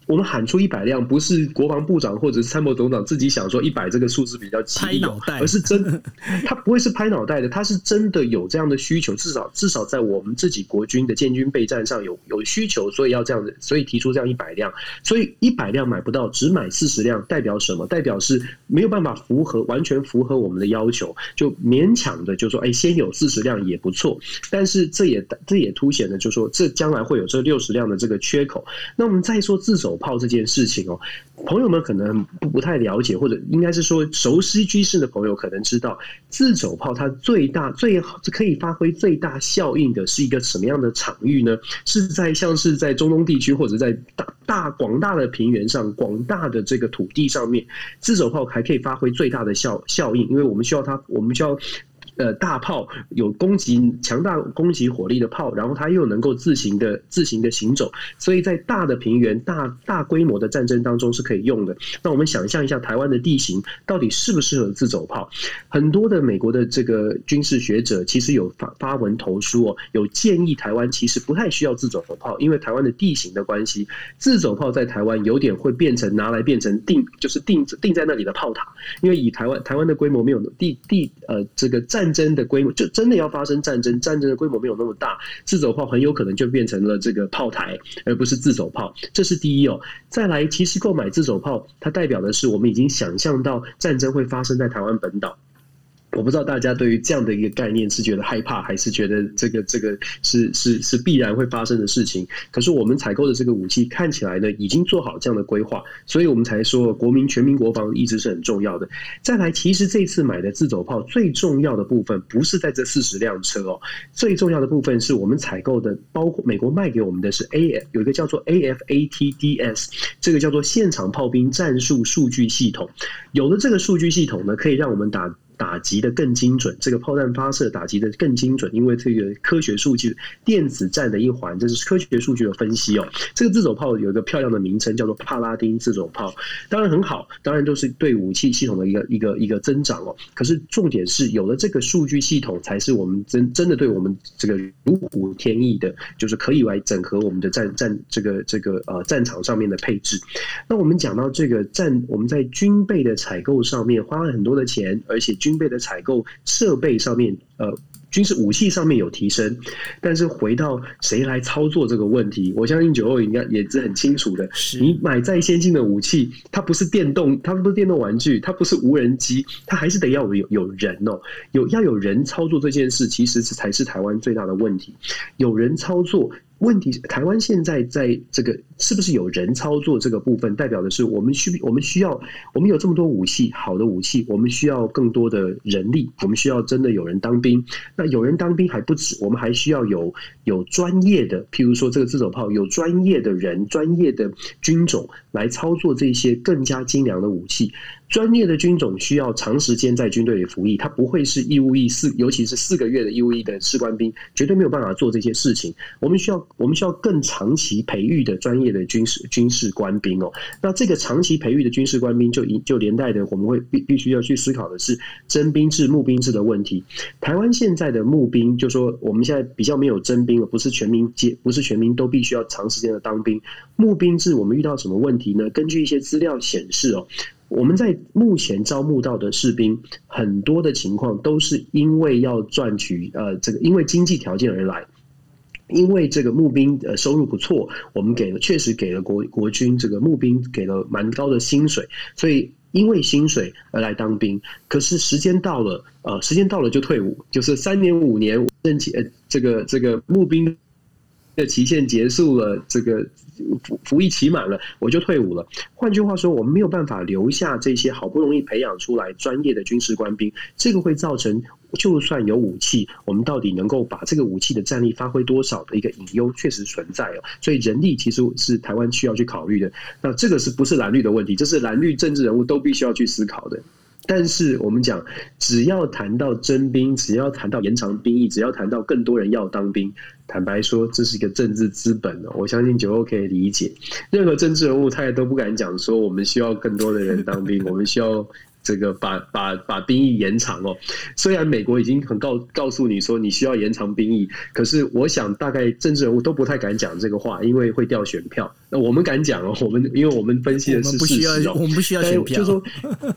我们喊出100辆，不是国防部长或者是参谋总长自己想说100这个数字比较吉利，而是真，他不会是拍脑袋的，他是真的有这样的需求，至少在我们自己国军的建军备战上有需求，所以要这样子，所以提出这样100辆，所以100辆买不到，只买40辆，代表什么？代表是没有办法完全符合我们的要求，就勉强的就说，先有40辆也不错，但是这也凸显了，就说这将来会有这60辆的这个缺口。那我们再说自走炮这件事情朋友们可能不太了解，或者应该是说熟悉军事的朋友可能知道，自走炮它最可以发挥最大效应的是一个什么样的场域呢？像是在中东地区，或者在广大的平原上、广大的这个土地上面，自走炮还可以发挥最大的效应，因为我们需要大炮，有强大攻击火力的炮，然后它又能够自行的行走，所以在大的平原、大规模的战争当中是可以用的。那我们想象一下台湾的地形到底适不适合自走炮？很多的美国的这个军事学者其实有发文投书有建议台湾其实不太需要自走炮，因为台湾的地形的关系，自走炮在台湾有点会拿来变成定在那里的炮塔，因为以台湾的规模没有这个战争的规模，就真的要发生战争的规模没有那么大，自走炮很有可能就变成了这个炮台，而不是自走炮，这是第一再来，其实购买自走炮，它代表的是我们已经想象到战争会发生在台湾本岛。我不知道大家对于这样的一个概念是觉得害怕，还是觉得这个是必然会发生的事情。可是我们采购的这个武器看起来呢，已经做好这样的规划，所以我们才说全民国防一直是很重要的。再来，其实这次买的自走炮最重要的部分不是在这40辆车最重要的部分是我们采购的，包括美国卖给我们的是有一个叫做 AFATDS， 这个叫做现场炮兵战术数据系统。有了这个数据系统呢，可以让我们打击的更精准，这个炮弹发射打击的更精准，因为这个科学数据电子战的一环，这是科学数据的分析这个自走炮有一个漂亮的名称叫做帕拉丁自走炮，当然很好，当然都是对武器系统的一个增长可是重点是有了这个数据系统，才是我们真的对我们这个如虎添翼的，就是可以来整合我们的战场上面的配置。那我们讲到这个我们在军备的采购上面花了很多的钱，而且军备的采购设备上面军事武器上面有提升，但是回到谁来操作这个问题，我相信922应该也是很清楚的。你买再先进的武器，它不是电动玩具，它不是无人机，它还是得要有人要有人操作这件事，其实才是台湾最大的问题。有人操作。问题是台湾现在在这个是不是有人操作这个部分，代表的是我们有这么多武器，好的武器，我们需要更多的人力，我们需要真的有人当兵。那有人当兵还不止，我们还需要有专业的，譬如说这个自走炮，有专业的人、专业的军种来操作这些更加精良的武器。专业的军种需要长时间在军队里服役，他不会是义务役尤其是4个月的义务役的士官兵，绝对没有办法做这些事情。我们需要更长期培育的专业的军事官兵那这个长期培育的军事官兵就连带的我们会必须要去思考的是征兵制、募兵制的问题。台湾现在的募兵，就说我们现在比较没有征兵了，不是全民都必须要长时间的当兵。募兵制我们遇到什么问题呢？根据一些资料显示我们在目前招募到的士兵，很多的情况都是因为要赚取因为经济条件而来。因为这个募兵收入不错，我们确实给了国军这个募兵给了蛮高的薪水，所以因为薪水而来当兵。可是时间到了就退伍，就是3年5年这个募兵的期限结束了，这个服役期满了，我就退伍了。换句话说，我们没有办法留下这些好不容易培养出来专业的军事官兵，这个会造成就算有武器，我们到底能够把这个武器的战力发挥多少的一个隐忧确实存在所以人力其实是台湾需要去考虑的。那这个不是蓝绿的问题，这是蓝绿政治人物都必须要去思考的。但是我们讲，只要谈到征兵，只要谈到延长兵役，只要谈到更多人要当兵，坦白说，这是一个政治资本我相信922可以理解。任何政治人物他也都不敢讲说我们需要更多的人当兵，我们需要这个把兵役延长哦。虽然美国已经很告诉你说你需要延长兵役，可是我想大概政治人物都不太敢讲这个话，因为会掉选票。那我们敢讲哦，因为我们分析的是事实哦， 我们不需要选票， 就说。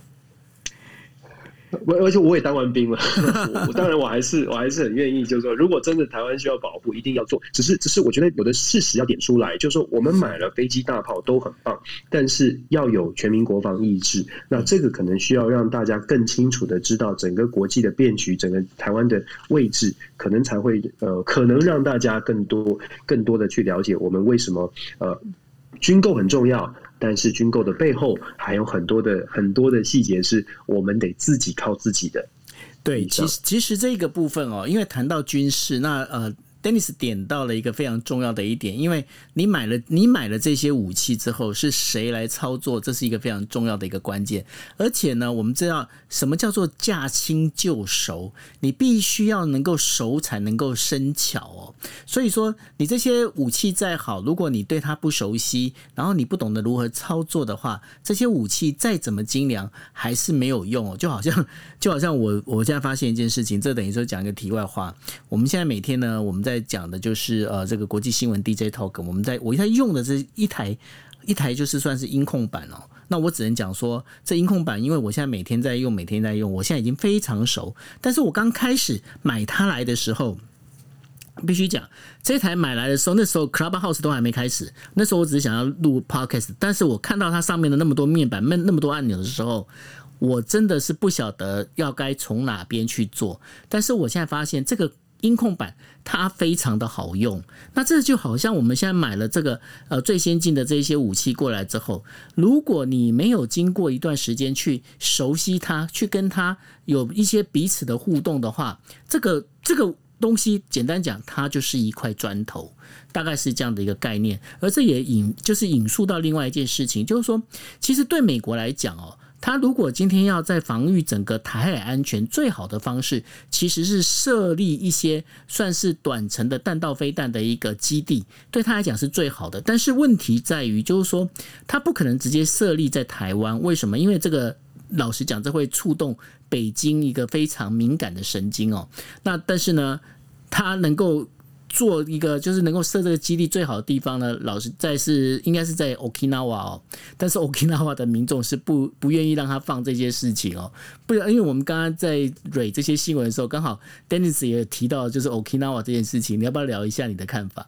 而且我也当完兵了，当然我还是很愿意，就是说，如果真的台湾需要保护，一定要做。只是我觉得有的事实要点出来，就是说我们买了飞机大炮都很棒，但是要有全民国防意志。那这个可能需要让大家更清楚的知道整个国际的变局，整个台湾的位置，可能才会可能让大家更多的去了解我们为什么军购很重要。但是军购的背后还有很多的细节是我们得自己靠自己的。 对，其实这个部分因为谈到军事，那Dennis 点到了一个非常重要的一点，因为你买了这些武器之后，是谁来操作，这是一个非常重要的一个关键。而且呢，我们知道什么叫做驾轻就熟，你必须要能够熟才能够生巧哦。所以说，你这些武器再好，如果你对它不熟悉，然后你不懂得如何操作的话，这些武器再怎么精良，还是没有用哦。就好像我现在发现一件事情，这等于说讲一个题外话。我们现在每天呢，我们在讲的就是这个国际新闻 DJ Talk， 我在用的这一台就是算是音控板哦。那我只能讲说，这音控板，因为我现在每天在用，我现在已经非常熟。但是我刚开始买它来的时候，必须讲，这台买来的时候，那时候 Clubhouse 都还没开始，那时候我只是想要录 Podcast， 但是我看到它上面的那么多面板、那么多按钮的时候，我真的是不晓得要该从哪边去做。但是我现在发现这个音控板它非常的好用，那这就好像我们现在买了这个最先进的这些武器过来之后，如果你没有经过一段时间去熟悉它，去跟它有一些彼此的互动的话，这个东西简单讲，它就是一块砖头，大概是这样的一个概念。而这也就是引述到另外一件事情，就是说，其实对美国来讲他如果今天要在防御整个台海安全，最好的方式其实是设立一些算是短程的弹道飞弹的一个基地，对他来讲是最好的。但是问题在于，就是说他不可能直接设立在台湾，为什么？因为这个老实讲，这会触动北京一个非常敏感的神经哦。那但是呢，他能够做一个就是能够设这个基地最好的地方呢，老实在是应该是在 Okinawa 哦，但是 Okinawa 的民众是不愿意让他放这些事情哦，不然因为我们刚刚在蕊这些新闻的时候，刚好 Dennis 也提到就是 Okinawa 这件事情，你要不要聊一下你的看法？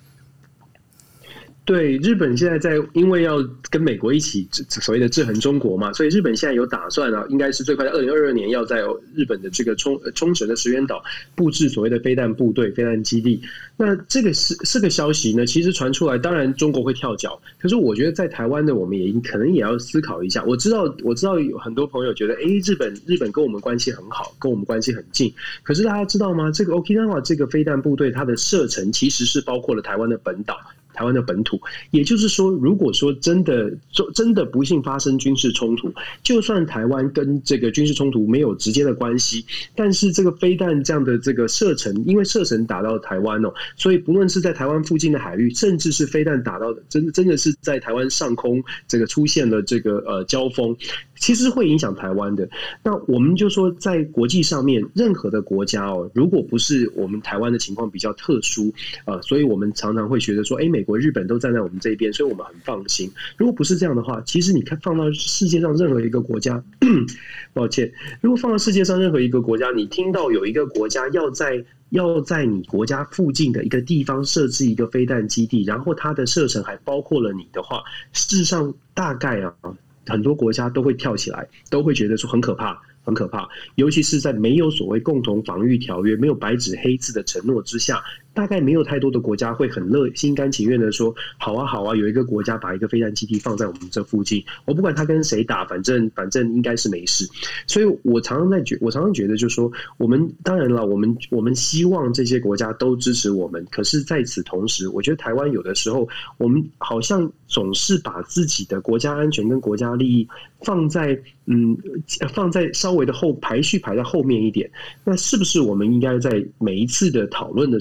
对，日本现在因为要跟美国一起所谓的制衡中国嘛，所以日本现在有打算啊，应该是最快在2022年要在日本的这个冲绳的石垣岛布置所谓的飞弹部队、飞弹基地。那这个是个消息呢，其实传出来，当然中国会跳脚，可是我觉得在台湾的我们可能也要思考一下。我知道有很多朋友觉得，日本跟我们关系很好，跟我们关系很近，可是大家知道吗？这个 Okinawa 这个飞弹部队，它的射程其实是包括了台湾的本岛。台湾的本土，也就是说，如果说真的不幸发生军事冲突，就算台湾跟这个军事冲突没有直接的关系，但是这个飞弹这样的这个射程，因为射程打到台湾所以不论是在台湾附近的海域，甚至是飞弹打到真的是在台湾上空这个出现了这个交锋，其实会影响台湾的。那我们就说，在国际上面，任何的国家如果不是我们台湾的情况比较特殊所以我们常常会觉得说，美国、日本都站在我们这边，所以我们很放心。如果不是这样的话，其实你看放到世界上任何一个国家，抱歉，如果放到世界上任何一个国家，你听到有一个国家要在你国家附近的一个地方设置一个飞弹基地，然后它的射程还包括了你的话，事实上大概很多国家都会跳起来，都会觉得说很可怕。很可怕，尤其是在没有所谓共同防御条约、没有白纸黑字的承诺之下，大概没有太多的国家会很心甘情愿的说，好啊，有一个国家把一个飞弹基地放在我们这附近，我不管他跟谁打，反正应该是没事。所以我常常觉得，就是说，我们当然了，我们希望这些国家都支持我们，可是在此同时，我觉得台湾有的时候，我们好像总是把自己的国家安全跟国家利益放在稍微的排序排在后面一点。那是不是我们应该在每一次的讨论的时候，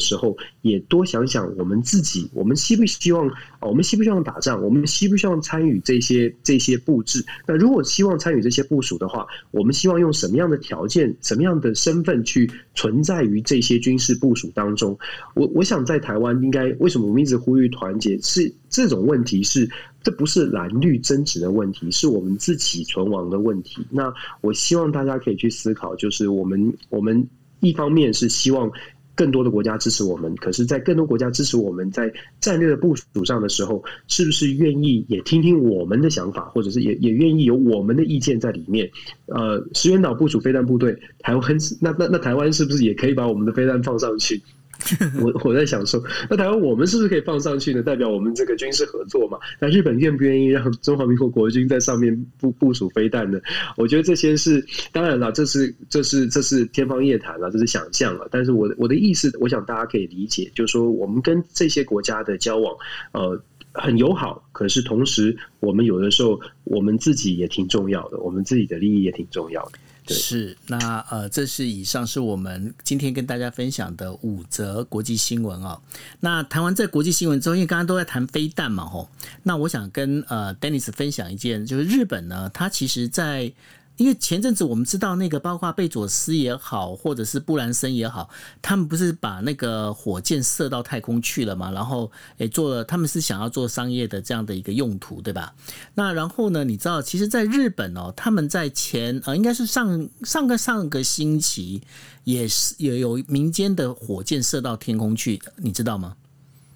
也多想想我们自己，我们希不希望打仗，我们希不希望参与这些布置。那如果希望参与这些部署的话，我们希望用什么样的条件、什么样的身份去存在于这些军事部署当中？我想在台湾应该，为什么我们一直呼吁团结？是这种问题这不是蓝绿争执的问题，是我们自己存亡的问题。那我希望大家可以去思考，就是我们一方面是希望更多的国家支持我们，可是在更多国家支持我们在战略的部署上的时候，是不是愿意也听听我们的想法，或者是也愿意有我们的意见在里面？石原岛部署飞弹部队，台湾那台湾是不是也可以把我们的飞弹放上去？我在想说，那台湾我们是不是可以放上去呢？代表我们这个军事合作嘛？那日本愿不愿意让中华民国国军在上面部署飞弹呢？我觉得这些是当然了，这是天方夜谭了，这是想象了。但是我的意思，我想大家可以理解，就是说我们跟这些国家的交往，很友好，可是同时我们有的时候我们自己也挺重要的，我们自己的利益也挺重要的。 是，那这是以上是我们今天跟大家分享的5则国际新闻哦。那谈完这国际新闻之后，因为刚刚都在谈飞弹嘛吼，那我想跟Dennis 分享一件，就是日本呢，它其实因为前阵子我们知道那个包括贝佐斯也好，或者是布兰森也好，他们不是把那个火箭射到太空去了嘛？然后他们是想要做商业的这样的一个用途，对吧？那然后呢，你知道，其实在日本哦，他们在应该是上个星期也有民间的火箭射到天空去，你知道吗？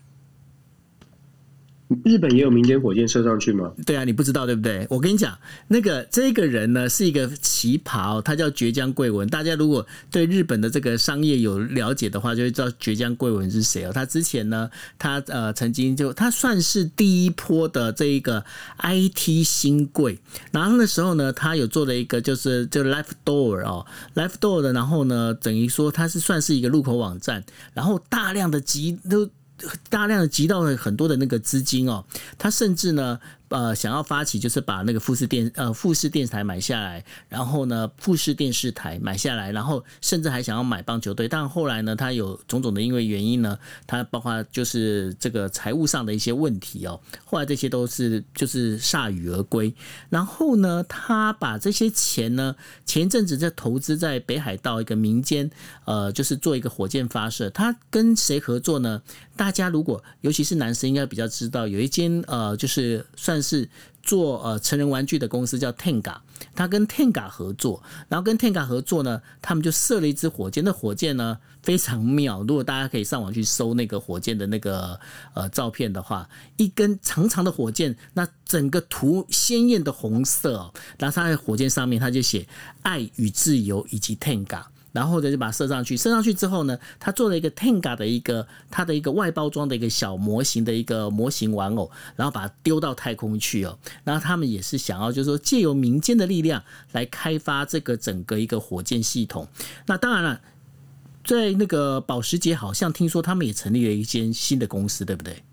日本也有民间火箭射上去吗？ 对啊，你不知道对不对？我跟你讲，这个人呢是一个奇葩他叫崛江贵文。大家如果对日本的这个商业有了解的话，就会知道崛江贵文是谁哦。他之前呢，他曾经他算是第一波的这一个 IT 新贵。然后那时候呢，他有做了一个就 Life Door Life Door 的，然后呢，等于说他是算是一个入口网站，然后大量的集到了很多的那个资金哦，他甚至呢想要发起就是把那个富士电视台买下来，然后呢富士电视台买下来，然后甚至还想要买棒球队，但后来呢他有种种的因为原因呢，他包括就是这个财务上的一些问题哦，后来这些都是就是铩羽而归。然后呢他把这些钱呢前一阵子在投资在北海道一个民间就是做一个火箭发射，他跟谁合作呢？大家如果尤其是男生应该比较知道，有一间就是算是做成人玩具的公司叫 Tenga， 他跟 Tenga 合作，然后跟 Tenga 合作呢，他们就射了一支火箭。那火箭呢非常妙，如果大家可以上网去搜那个火箭的那个照片的话，一根长长的火箭，那整个图鲜艳的红色哦，然后它在火箭上面他就写爱与自由以及 Tenga。然后就把它射上去之后呢，他做了一个 Tenga 的它的一个外包装的一个小模型的一个模型玩偶，然后把它丢到太空去哦。然后他们也是想要就是说借由民间的力量来开发这个整个一个火箭系统。那当然了，在那个保时捷好像听说他们也成立了一间新的公司，对不对？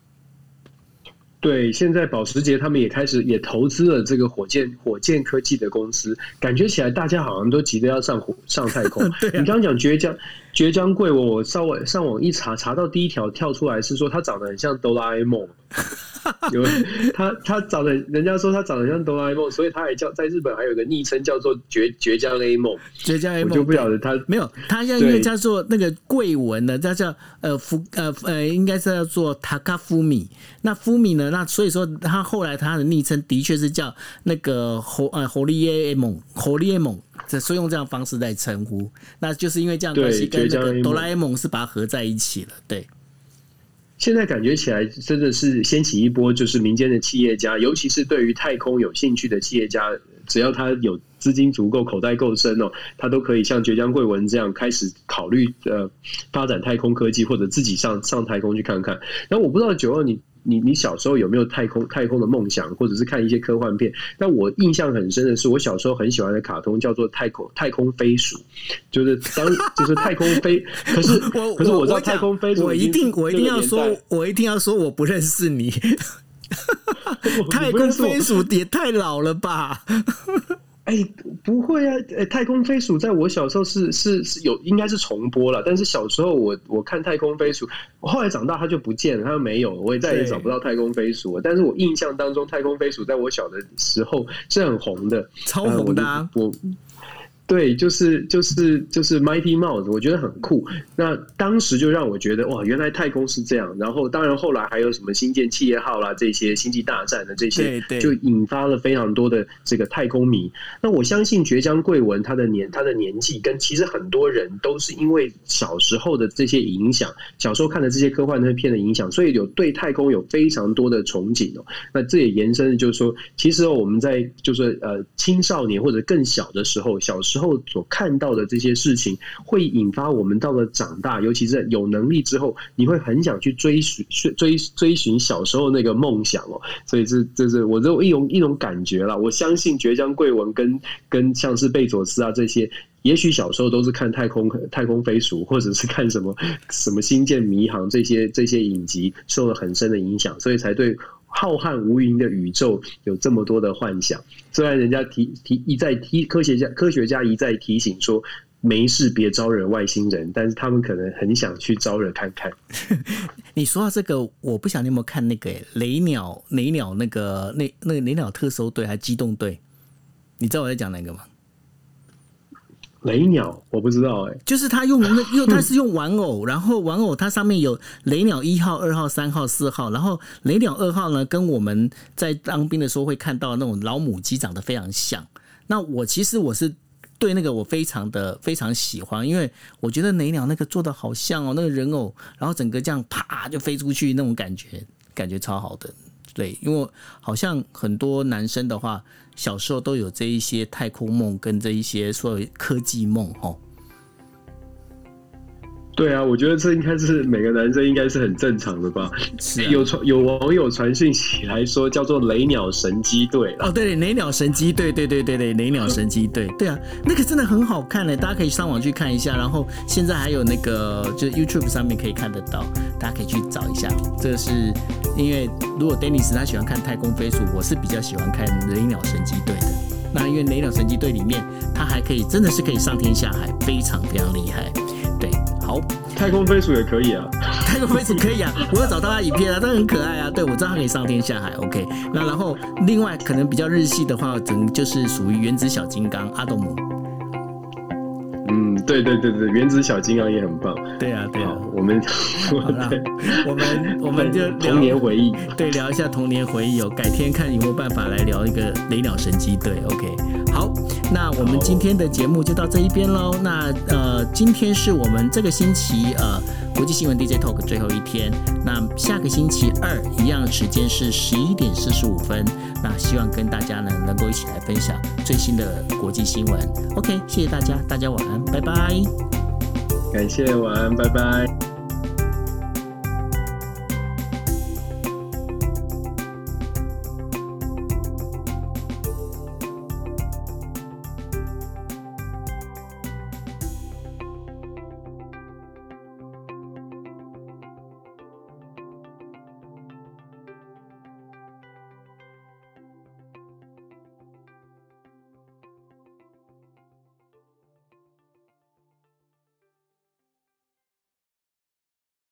对，现在保时捷他们也开始也投资了这个火箭科技的公司，感觉起来大家好像都急着要上太空。你刚刚讲崛江贵文，我上网一查到第一条跳出来是说他长得很像哆啦 A 梦。他长得，人家说他长得像哆啦 A 梦，所以他还在日本还有个昵称叫做倔强 A 梦。倔强 A 梦，我就不晓得他没有，他现在因为叫做那个贵文呢，他叫应该是叫做塔卡夫米。那夫米呢，那所以说他后来他的昵称的确是叫那个火力 A 梦，所以用这样的方式在称呼。那就是因为这样的关系，跟那个哆啦 A 梦是把它合在一起了，对。 现在感觉起来真的是掀起一波，就是民间的企业家，尤其是对于太空有兴趣的企业家，只要他有资金足够、口袋够深哦，他都可以像倔强贵文这样开始考虑发展太空科技，或者自己上太空去看看。然后我不知道92你小时候有没有太空的梦想，或者是看一些科幻片？但我印象很深的是，我小时候很喜欢的卡通叫做太空飞鼠，就是太空飞。可是我知道太空飞鼠， 我一定要说我不认识你。太空飞鼠也太老了吧？ 不会啊，太空飞鼠在我小时候是有应该是重播了，但是小时候我看太空飞鼠，后来长大它就不见了，它就没有了，我也再也找不到太空飞鼠了。但是我印象当中，太空飞鼠在我小的时候是很红的， 超红的啊！ 对，就是 Mighty Mouse， 我觉得很酷。那当时就让我觉得哇，原来太空是这样。然后当然后来还有什么星舰企业号啦，这些星际大战的这些，就引发了非常多的这个太空迷。那我相信崛江贵文他的年纪跟其实很多人都是因为小时候的这些影响，小时候看的这些科幻片的影响，所以有对太空有非常多的憧憬哦。那这也延伸就是说，其实我们在就是青少年或者更小的时候，小时候所看到的这些事情，会引发我们到了长大，尤其是有能力之后，你会很想去追寻小时候那个梦想哦。所以这是我这一种感觉啦。我相信崛江贵文跟像是贝佐斯啊这些，也许小时候都是看太空飞鼠，或者是看什么星舰迷航这些影集，受了很深的影响，所以才对浩瀚无垠的宇宙有这么多的幻想。虽然人家科学家一再提醒说没事别招惹外星人，但是他们可能很想去招惹看看。 你说到这个，我不晓得你有没有看那个雷鸟那个雷鸟特搜队还机动队？你知道我在讲哪个吗？ 雷鸟我不知道就是他他是用玩偶，然后玩偶它上面有雷鸟1号、2号、3号、4号，然后雷鸟2号呢，跟我们在当兵的时候会看到那种老母鸡长得非常像。那其实我是对那个我非常喜欢，因为我觉得雷鸟那个做的好像那个人偶，然后整个这样啪就飞出去那种感觉超好的。对，因为好像很多男生的话，小时候都有这一些太空梦跟这一些所谓科技梦对啊，我觉得这应该是每个男生应该是很正常的吧。 是、啊、 有网友传讯息来说叫做雷鸟神机队对，雷鸟神机队，对，雷鸟神机队，对啊，那个真的很好看大家可以上网去看一下。然后现在还有那个就是 YouTube 上面可以看得到，大家可以去找一下。这个是因为如果 Dennis 他喜欢看太空飞鼠，我是比较喜欢看雷鸟神机队的。那因为雷鸟神机队里面，它还可以真的是可以上天下海，非常非常厉害。对，好， 太空飞鼠也可以啊， 太空飞鼠可以啊，我有找到它影片啊，它很可爱啊。对，我知道它可以上天下海 ，OK。那然后另外可能比较日系的话，就是属于原子小金刚阿斗姆。 对，原子小金刚也很棒。 对啊， 我们就童年回忆， 对，聊一下童年回忆改天看有没有办法来聊一个雷鸟神机队 ，OK。好，那我们今天的节目就到这一边喽。那今天是我们这个星期国际新闻 DJ Talk 最后一天。那下个星期二一样时间是11点45分。那希望跟大家呢能够一起来分享最新的国际新闻。OK， 谢谢大家，大家晚安，拜拜。 感谢，晚安，拜拜。